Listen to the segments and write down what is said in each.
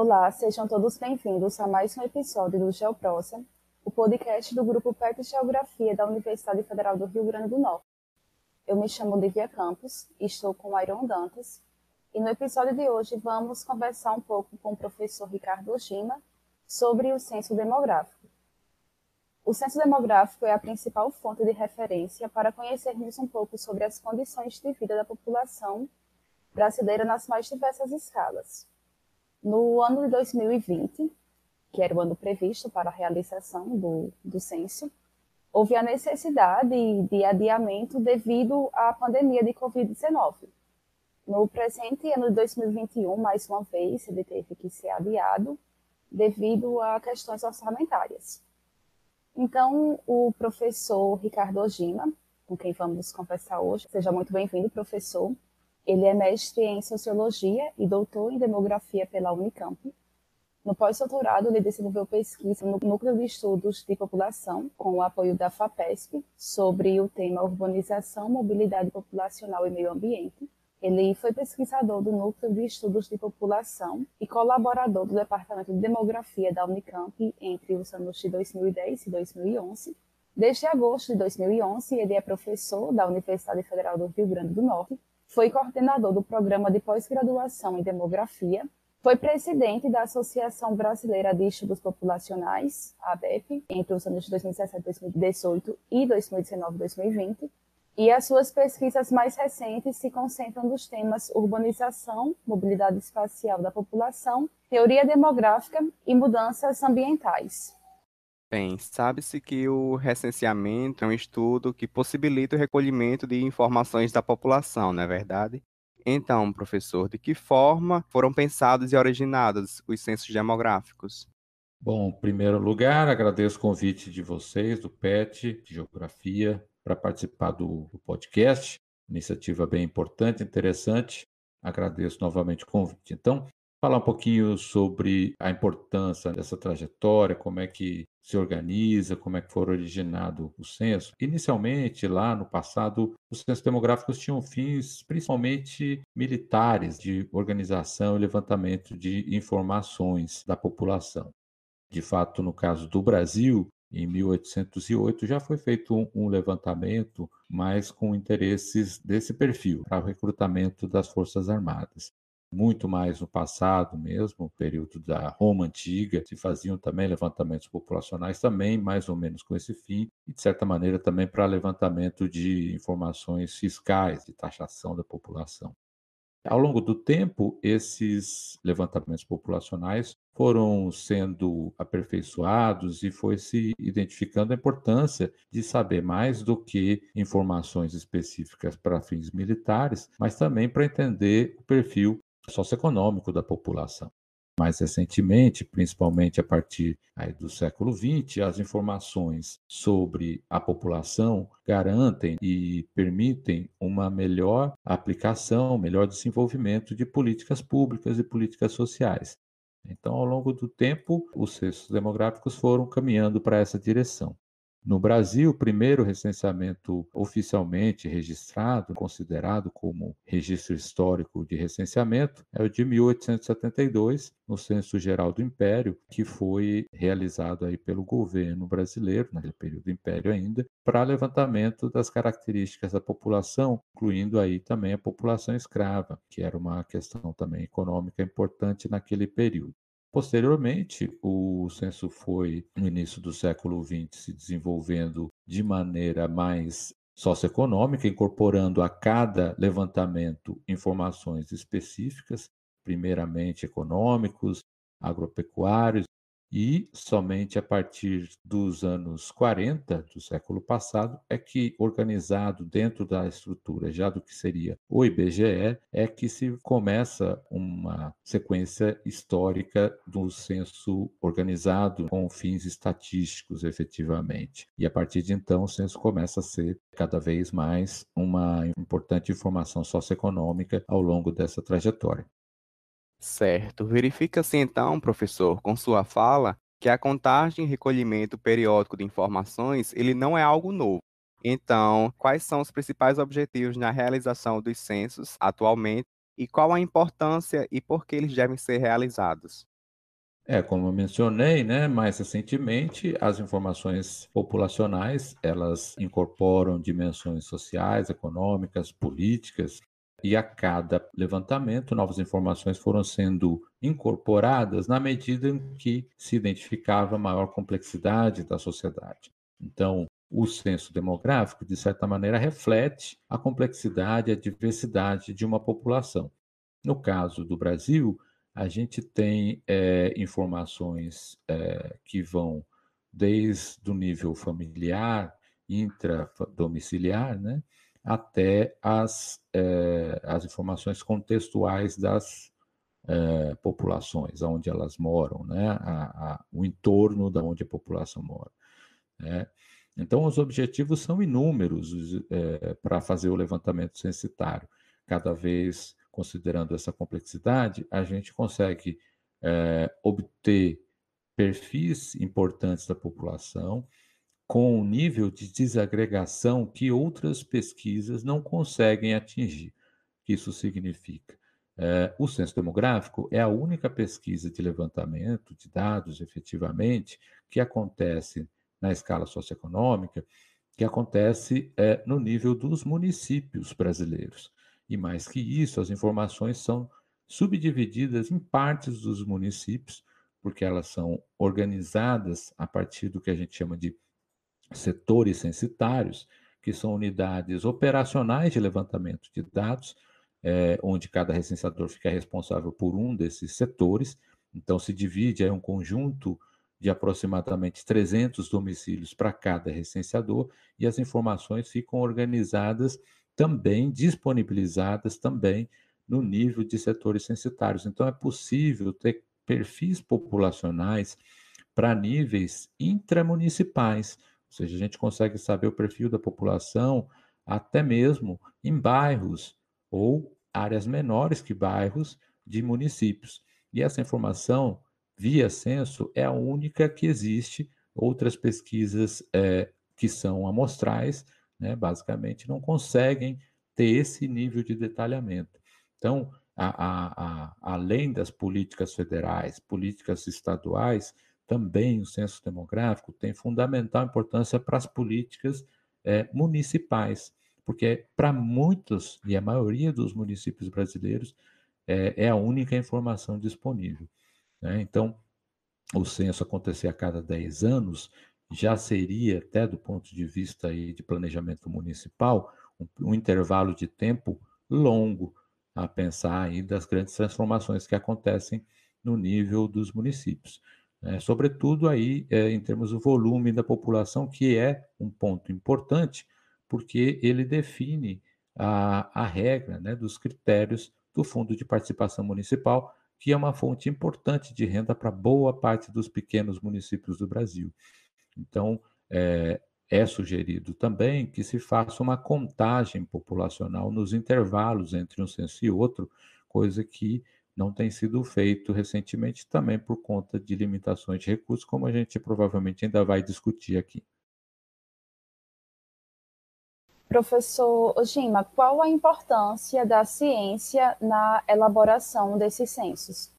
Olá, sejam todos bem-vindos a mais um episódio do GeoProsa, o podcast do grupo PET Geografia da Universidade Federal do Rio Grande do Norte. Eu me chamo Lívia Campos e estou com Airon Dantas, e no episódio de hoje vamos conversar um pouco com o professor Ricardo Ojima sobre o censo demográfico. O censo demográfico é a principal fonte de referência para conhecermos um pouco sobre as condições de vida da população brasileira nas mais diversas escalas. No ano de 2020, que era o ano previsto para a realização do censo, houve a necessidade de adiamento devido à pandemia de Covid-19. No presente ano de 2021, mais uma vez, ele teve que ser adiado devido a questões orçamentárias. Então, o professor Ricardo Ojima, com quem vamos conversar hoje, seja muito bem-vindo, professor. Ele é mestre em Sociologia e doutor em Demografia pela Unicamp. No pós-doutorado, ele desenvolveu pesquisa no Núcleo de Estudos de População, com o apoio da FAPESP, sobre o tema Urbanização, Mobilidade Populacional e Meio Ambiente. Ele foi pesquisador do Núcleo de Estudos de População e colaborador do Departamento de Demografia da Unicamp entre os anos de 2010 e 2011. Desde agosto de 2011, ele é professor da Universidade Federal do Rio Grande do Norte, foi coordenador do Programa de Pós-Graduação em Demografia, foi presidente da Associação Brasileira de Estudos Populacionais, a ABEP, entre os anos de 2017, 2018 e 2019 e 2020, e as suas pesquisas mais recentes se concentram nos temas urbanização, mobilidade espacial da população, teoria demográfica e mudanças ambientais. Bem, sabe-se que o recenseamento é um estudo que possibilita o recolhimento de informações da população, não é verdade? Então, professor, de que forma foram pensados e originados os censos demográficos? Bom, em primeiro lugar, agradeço o convite de vocês, do PET, de Geografia, para participar do podcast. Iniciativa bem importante, interessante. Agradeço novamente o convite. Então, falar um pouquinho sobre a importância dessa trajetória, como é que se organiza, como é que foi originado o censo. Inicialmente, lá no passado, os censos demográficos tinham fins principalmente militares, de organização e levantamento de informações da população. De fato, no caso do Brasil, em 1808 já foi feito um levantamento, mas com interesses desse perfil, para o recrutamento das Forças Armadas. Muito mais no passado mesmo, período da Roma Antiga, se faziam também levantamentos populacionais, também mais ou menos com esse fim, e de certa maneira também para levantamento de informações fiscais, de taxação da população. Ao longo do tempo, esses levantamentos populacionais foram sendo aperfeiçoados e foi se identificando a importância de saber mais do que informações específicas para fins militares, mas também para entender o perfil socioeconômico da população. Mais recentemente, principalmente a partir aí do século XX, as informações sobre a população garantem e permitem uma melhor aplicação, melhor desenvolvimento de políticas públicas e políticas sociais. Então, ao longo do tempo, os censos demográficos foram caminhando para essa direção. No Brasil, o primeiro recenseamento oficialmente registrado, considerado como registro histórico de recenseamento, é o de 1872, no Censo Geral do Império, que foi realizado aí pelo governo brasileiro, naquele período do Império ainda, para levantamento das características da população, incluindo aí também a população escrava, que era uma questão também econômica importante naquele período. Posteriormente, o censo foi, no início do século XX, se desenvolvendo de maneira mais socioeconômica, incorporando a cada levantamento informações específicas, primeiramente econômicos, agropecuários, e somente a partir dos anos 40 do século passado é que, organizado dentro da estrutura já do que seria o IBGE, é que se começa uma sequência histórica do censo organizado com fins estatísticos, efetivamente. E a partir de então, o censo começa a ser cada vez mais uma importante informação socioeconômica ao longo dessa trajetória. Certo. Verifica-se então, professor, com sua fala, que a contagem e recolhimento periódico de informações, ele não é algo novo. Então, quais são os principais objetivos na realização dos censos atualmente e qual a importância e por que eles devem ser realizados? Como eu mencionei, né, mais recentemente, as informações populacionais, elas incorporam dimensões sociais, econômicas, políticas, e a cada levantamento, novas informações foram sendo incorporadas na medida em que se identificava maior complexidade da sociedade. Então, o censo demográfico, de certa maneira, reflete a complexidade e a diversidade de uma população. No caso do Brasil, a gente tem informações que vão desde o nível familiar, intradomiciliar, né, até as informações contextuais das populações, onde elas moram, né, o entorno da onde a população mora. Né? Então, os objetivos são inúmeros para fazer o levantamento censitário. Cada vez, considerando essa complexidade, a gente consegue obter perfis importantes da população com um nível de desagregação que outras pesquisas não conseguem atingir. O que isso significa? O censo demográfico é a única pesquisa de levantamento de dados, efetivamente, que acontece na escala socioeconômica, que acontece no nível dos municípios brasileiros. E mais que isso, as informações são subdivididas em partes dos municípios, porque elas são organizadas a partir do que a gente chama de setores censitários, que são unidades operacionais de levantamento de dados, onde cada recenseador fica responsável por um desses setores. Então, se divide aí um conjunto de aproximadamente 300 domicílios para cada recenseador, e as informações ficam organizadas também, disponibilizadas também no nível de setores censitários. Então, é possível ter perfis populacionais para níveis intramunicipais, ou seja, a gente consegue saber o perfil da população até mesmo em bairros ou áreas menores que bairros de municípios. E essa informação, via censo, é a única que existe. Outras pesquisas que são amostrais, né, basicamente, não conseguem ter esse nível de detalhamento. Então, além das políticas federais, políticas estaduais, também o censo demográfico tem fundamental importância para as políticas municipais, porque para muitos, e a maioria dos municípios brasileiros, é a única informação disponível. Né? Então, o censo acontecer a cada 10 anos já seria, até do ponto de vista aí de planejamento municipal, um intervalo de tempo longo a pensar aí das grandes transformações que acontecem no nível dos municípios. Sobretudo aí em termos do volume da população, que é um ponto importante, porque ele define a regra, né, dos critérios do Fundo de Participação Municipal, que é uma fonte importante de renda para boa parte dos pequenos municípios do Brasil. Então, é sugerido também que se faça uma contagem populacional nos intervalos entre um censo e outro, coisa que não tem sido feito recentemente também por conta de limitações de recursos, como a gente provavelmente ainda vai discutir aqui. Professor Gima, qual a importância da ciência na elaboração desses censos?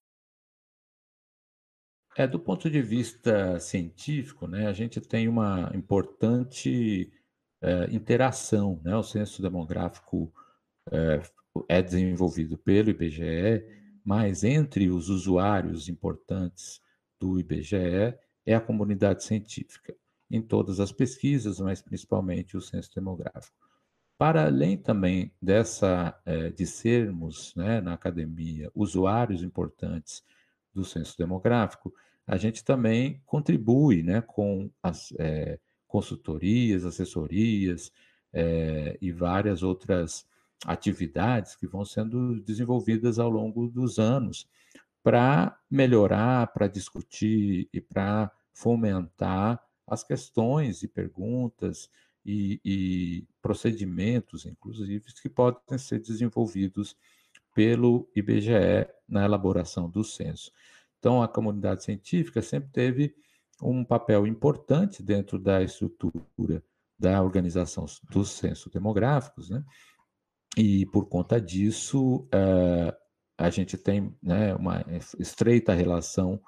Do ponto de vista científico, né, a gente tem uma importante interação, né? O censo demográfico é desenvolvido pelo IBGE, mas entre os usuários importantes do IBGE é a comunidade científica, em todas as pesquisas, mas principalmente o censo demográfico. Para além também de sermos, né, na academia, usuários importantes do censo demográfico, a gente também contribui, né, com as consultorias, assessorias e várias outras atividades que vão sendo desenvolvidas ao longo dos anos para melhorar, para discutir e para fomentar as questões e perguntas e procedimentos, inclusive, que podem ser desenvolvidos pelo IBGE na elaboração do censo. Então, a comunidade científica sempre teve um papel importante dentro da estrutura da organização dos censos demográficos, né? E, por conta disso, a gente tem, né, uma estreita relação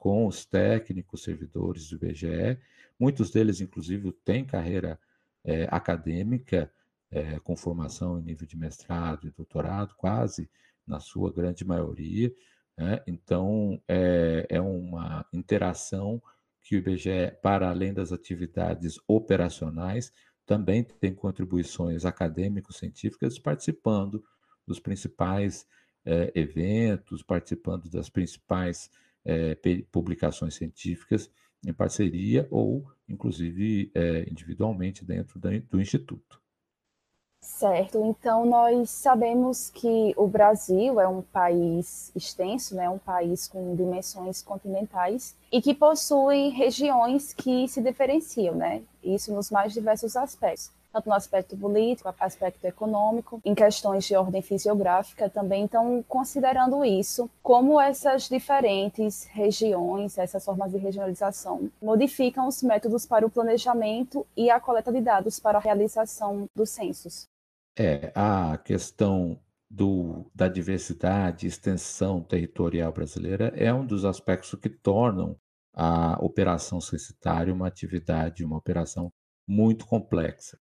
com os técnicos servidores do IBGE. Muitos deles, inclusive, têm carreira acadêmica, com formação em nível de mestrado e doutorado, quase na sua grande maioria, né? Então, é uma interação que o IBGE, para além das atividades operacionais, também tem contribuições acadêmico-científicas participando dos principais eventos, participando das principais publicações científicas em parceria ou, inclusive, individualmente dentro do Instituto. Certo, então nós sabemos que o Brasil é um país extenso, né, um país com dimensões continentais e que possui regiões que se diferenciam, né, isso nos mais diversos aspectos, tanto no aspecto político, aspecto econômico, em questões de ordem fisiográfica também. Então, considerando isso, como essas diferentes regiões, essas formas de regionalização, modificam os métodos para o planejamento e a coleta de dados para a realização dos censos? A questão da diversidade e extensão territorial brasileira é um dos aspectos que tornam a operação censitária uma atividade, uma operação muito complexa.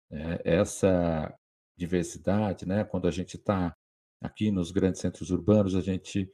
Essa diversidade, né, quando a gente está aqui nos grandes centros urbanos, a gente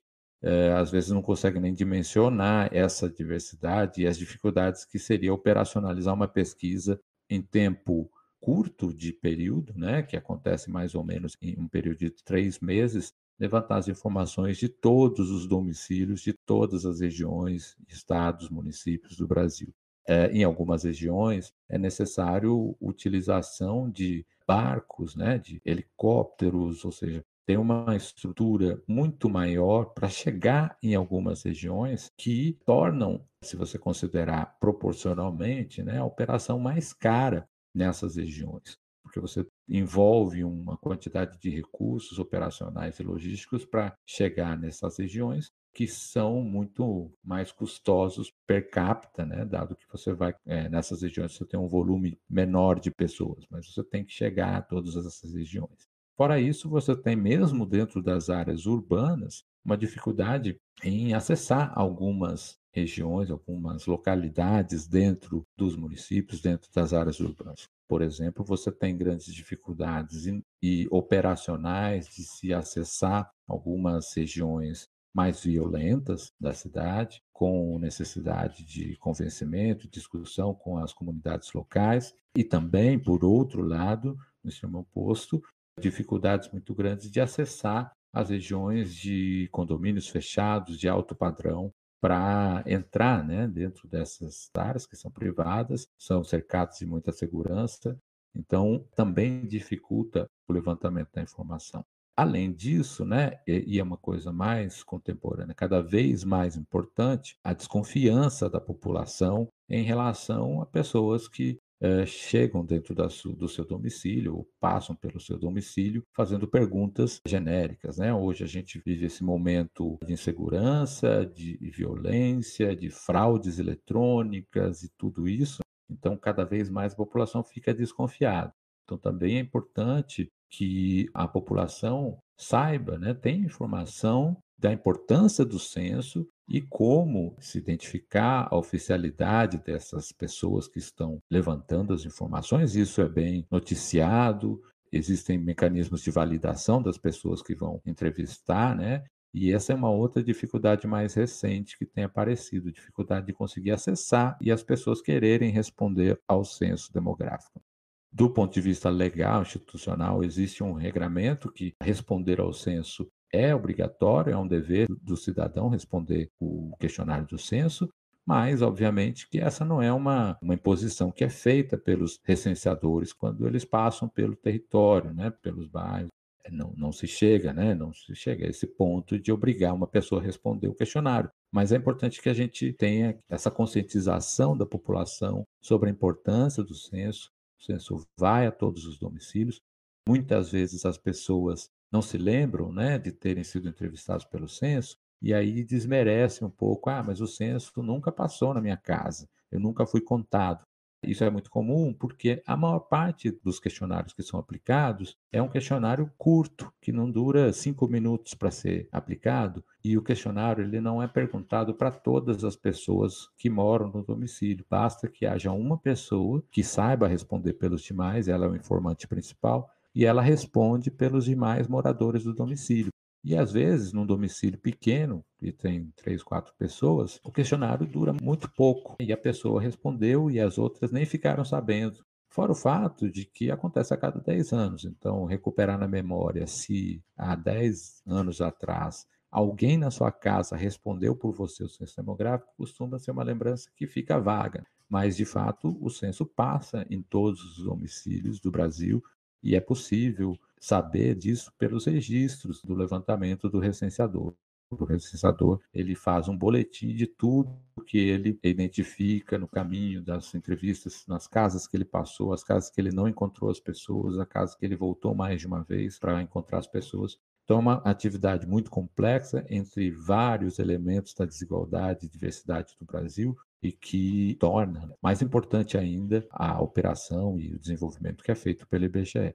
às vezes não consegue nem dimensionar essa diversidade e as dificuldades que seria operacionalizar uma pesquisa em tempo curto de período, né, que acontece mais ou menos em um período de 3 meses, levantar as informações de todos os domicílios de todas as regiões, estados, municípios do Brasil. Em algumas regiões é necessário utilização de barcos, né, de helicópteros, ou seja, tem uma estrutura muito maior para chegar em algumas regiões que tornam, se você considerar proporcionalmente, né, a operação mais cara nessas regiões, porque você envolve uma quantidade de recursos operacionais e logísticos para chegar nessas regiões que são muito mais custosos per capita, né? Dado que você vai nessas regiões você tem um volume menor de pessoas, mas você tem que chegar a todas essas regiões. Fora isso, você tem mesmo dentro das áreas urbanas uma dificuldade em acessar algumas regiões, algumas localidades dentro dos municípios, dentro das áreas urbanas. Por exemplo, você tem grandes dificuldades e operacionais de se acessar algumas regiões mais violentas da cidade, com necessidade de convencimento, discussão com as comunidades locais, e também, por outro lado, no extremo oposto, dificuldades muito grandes de acessar as regiões de condomínios fechados, de alto padrão, para entrar, né, dentro dessas áreas que são privadas, são cercados de muita segurança, então também dificulta o levantamento da informação. Além disso, né, e é uma coisa mais contemporânea, cada vez mais importante, a desconfiança da população em relação a pessoas que chegam dentro do seu domicílio ou passam pelo seu domicílio fazendo perguntas genéricas, né? Hoje a gente vive esse momento de insegurança, de violência, de fraudes eletrônicas e tudo isso. Então, cada vez mais a população fica desconfiada. Então, também é importante que a população saiba, né, tenha informação da importância do censo e como se identificar a oficialidade dessas pessoas que estão levantando as informações. Isso é bem noticiado, existem mecanismos de validação das pessoas que vão entrevistar, né? E essa é uma outra dificuldade mais recente que tem aparecido, dificuldade de conseguir acessar e as pessoas quererem responder ao censo demográfico. Do ponto de vista legal, institucional, existe um regramento que responder ao censo é obrigatório, é um dever do cidadão responder o questionário do censo, mas, obviamente, que essa não é uma imposição que é feita pelos recenseadores quando eles passam pelo território, né, pelos bairros. Não se chega, né, não se chega a esse ponto de obrigar uma pessoa a responder o questionário. Mas é importante que a gente tenha essa conscientização da população sobre a importância do censo. O censo vai a todos os domicílios. Muitas vezes as pessoas não se lembram, né, de terem sido entrevistados pelo censo, e aí desmerecem um pouco. Ah, mas o censo nunca passou na minha casa, eu nunca fui contado. Isso é muito comum porque a maior parte dos questionários que são aplicados é um questionário curto, que não dura 5 minutos para ser aplicado, e o questionário ele não é perguntado para todas as pessoas que moram no domicílio. Basta que haja uma pessoa que saiba responder pelos demais, ela é o informante principal, e ela responde pelos demais moradores do domicílio. E às vezes, num domicílio pequeno, que tem 3, 4 pessoas, o questionário dura muito pouco. E a pessoa respondeu e as outras nem ficaram sabendo. Fora o fato de que acontece a cada 10 anos. Então, recuperar na memória se há 10 anos atrás alguém na sua casa respondeu por você o censo demográfico, costuma ser uma lembrança que fica vaga. Mas, de fato, o censo passa em todos os domicílios do Brasil e é possível saber disso pelos registros do levantamento do recenseador. O recenseador ele faz um boletim de tudo que ele identifica no caminho das entrevistas, nas casas que ele passou, as casas que ele não encontrou as pessoas, a casa que ele voltou mais de uma vez para encontrar as pessoas. Então, é uma atividade muito complexa entre vários elementos da desigualdade e diversidade do Brasil e que torna mais importante ainda a operação e o desenvolvimento que é feito pelo IBGE.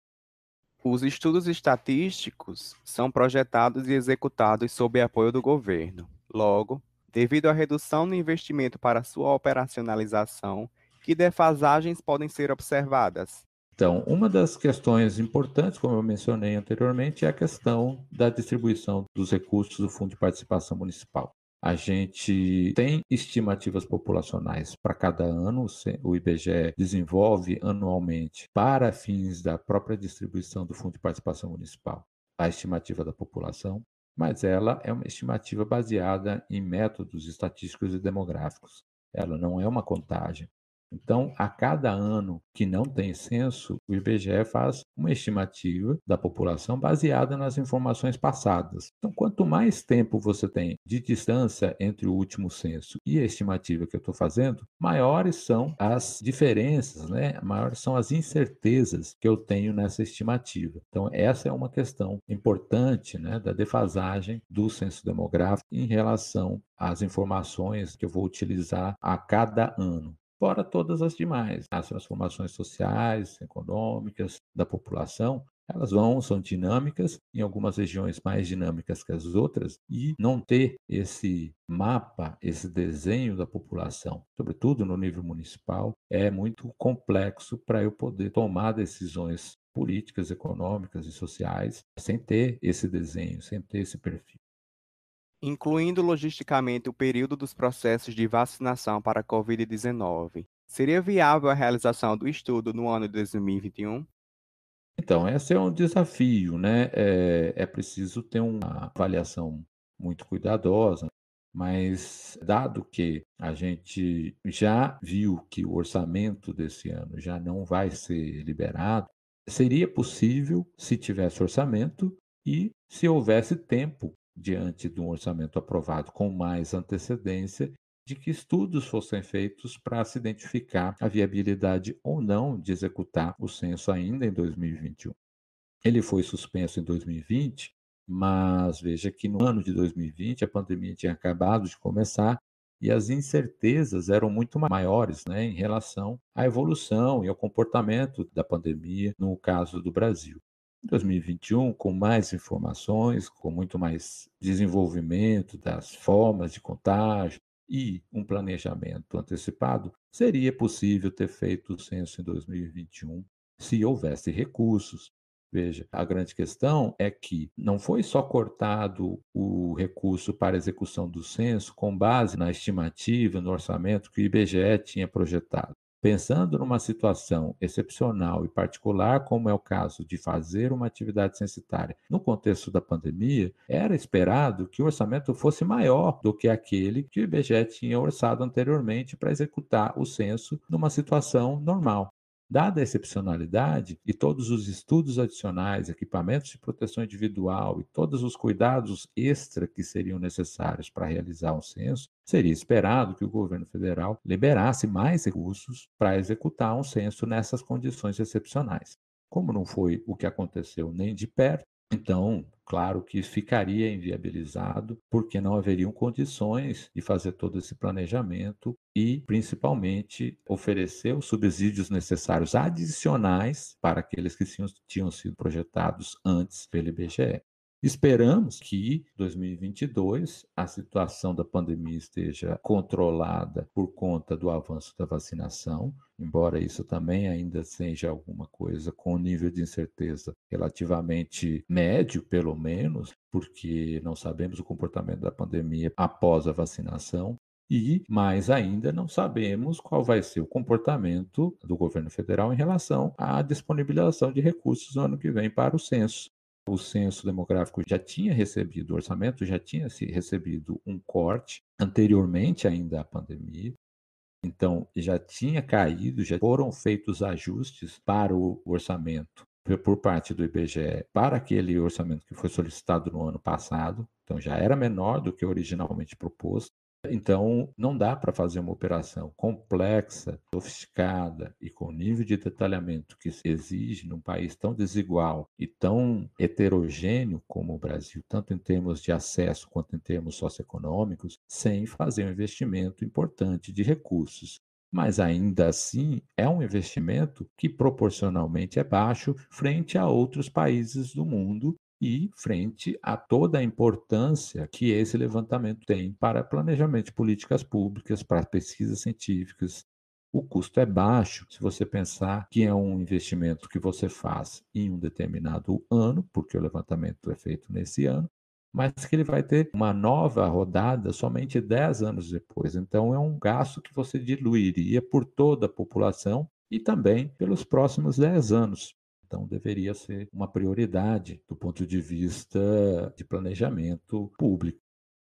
Os estudos estatísticos são projetados e executados sob apoio do governo. Logo, devido à redução no investimento para sua operacionalização, que defasagens podem ser observadas? Então, uma das questões importantes, como eu mencionei anteriormente, é a questão da distribuição dos recursos do Fundo de Participação Municipal. A gente tem estimativas populacionais para cada ano, o IBGE desenvolve anualmente para fins da própria distribuição do Fundo de Participação Municipal a estimativa da população, mas ela é uma estimativa baseada em métodos estatísticos e demográficos. Ela não é uma contagem. Então, a cada ano que não tem censo, o IBGE faz uma estimativa da população baseada nas informações passadas. Então, quanto mais tempo você tem de distância entre o último censo e a estimativa que eu estou fazendo, maiores são as diferenças, né? Maiores são as incertezas que eu tenho nessa estimativa. Então, essa é uma questão importante, né, da defasagem do censo demográfico em relação às informações que eu vou utilizar a cada ano. Fora todas as demais, as transformações sociais, econômicas da população, elas são dinâmicas, em algumas regiões mais dinâmicas que as outras, e não ter esse mapa, esse desenho da população, sobretudo no nível municipal, é muito complexo para eu poder tomar decisões políticas, econômicas e sociais sem ter esse desenho, sem ter esse perfil. Incluindo logisticamente o período dos processos de vacinação para a Covid-19, seria viável a realização do estudo no ano de 2021? Então, esse é um desafio, né? É preciso ter uma avaliação muito cuidadosa, mas dado que a gente já viu que o orçamento desse ano já não vai ser liberado, seria possível se tivesse orçamento e se houvesse tempo diante de um orçamento aprovado com mais antecedência de que estudos fossem feitos para se identificar a viabilidade ou não de executar o censo ainda em 2021. Ele foi suspenso em 2020, mas veja que no ano de 2020 a pandemia tinha acabado de começar e as incertezas eram muito maiores, né, em relação à evolução e ao comportamento da pandemia no caso do Brasil. Em 2021, com mais informações, com muito mais desenvolvimento das formas de contágio e um planejamento antecipado, seria possível ter feito o censo em 2021 se houvesse recursos. Veja, a grande questão é que não foi só cortado o recurso para execução do censo com base na estimativa, no orçamento que o IBGE tinha projetado. Pensando numa situação excepcional e particular, como é o caso de fazer uma atividade censitária no contexto da pandemia, era esperado que o orçamento fosse maior do que aquele que o IBGE tinha orçado anteriormente para executar o censo numa situação normal. Dada a excepcionalidade e todos os estudos adicionais, equipamentos de proteção individual e todos os cuidados extra que seriam necessários para realizar um censo, seria esperado que o governo federal liberasse mais recursos para executar um censo nessas condições excepcionais. Como não foi o que aconteceu nem de perto, Então, claro que ficaria inviabilizado, porque não haveriam condições de fazer todo esse planejamento e, principalmente, oferecer os subsídios necessários adicionais para aqueles que tinham sido projetados antes pelo IBGE. Esperamos que em 2022 a situação da pandemia esteja controlada por conta do avanço da vacinação, embora isso também ainda seja alguma coisa com nível de incerteza relativamente médio, pelo menos, porque não sabemos o comportamento da pandemia após a vacinação. E, mais ainda, não sabemos qual vai ser o comportamento do governo federal em relação à disponibilização de recursos no ano que vem para o censo. O censo demográfico já tinha recebido, o orçamento já tinha recebido um corte anteriormente ainda à pandemia. Então, já tinha caído, já foram feitos ajustes para o orçamento por parte do IBGE para aquele orçamento que foi solicitado no ano passado. Então, já era menor do que originalmente proposto. Então, não dá para fazer uma operação complexa, sofisticada e com nível de detalhamento que se exige num país tão desigual e tão heterogêneo como o Brasil, tanto em termos de acesso quanto em termos socioeconômicos, sem fazer um investimento importante de recursos. Mas ainda assim, é um investimento que proporcionalmente é baixo frente a outros países do mundo e frente a toda a importância que esse levantamento tem para planejamento de políticas públicas, para pesquisas científicas. O custo é baixo se você pensar que é um investimento que você faz em um determinado ano, porque o levantamento é feito nesse ano, mas que ele vai ter uma nova rodada somente 10 anos depois. Então, é um gasto que você diluiria por toda a população e também pelos próximos 10 anos. Então, deveria ser uma prioridade do ponto de vista de planejamento público.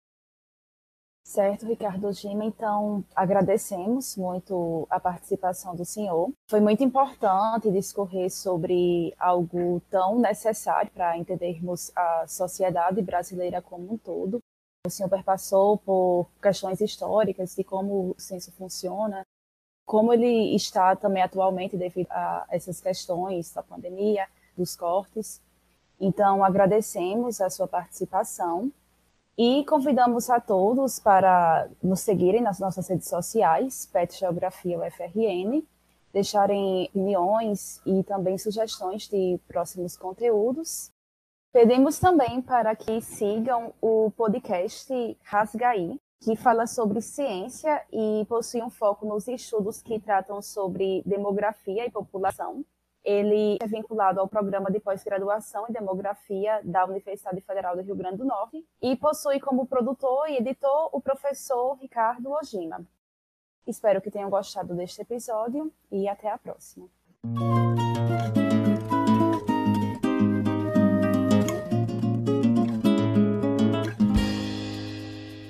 Certo, Ricardo Gima. Então, agradecemos muito a participação do senhor. Foi muito importante discorrer sobre algo tão necessário para entendermos a sociedade brasileira como um todo. O senhor perpassou por questões históricas de como o censo funciona, como ele está também atualmente devido a essas questões da pandemia, dos cortes. Então, agradecemos a sua participação e convidamos a todos para nos seguirem nas nossas redes sociais, PET Geografia UFRN, deixarem opiniões e também sugestões de próximos conteúdos. Pedimos também para que sigam o podcast Rasgaí, que fala sobre ciência e possui um foco nos estudos que tratam sobre demografia e população. Ele é vinculado ao programa de pós-graduação em demografia da Universidade Federal do Rio Grande do Norte e possui como produtor e editor o professor Ricardo Ojima. Espero que tenham gostado deste episódio e até a próxima.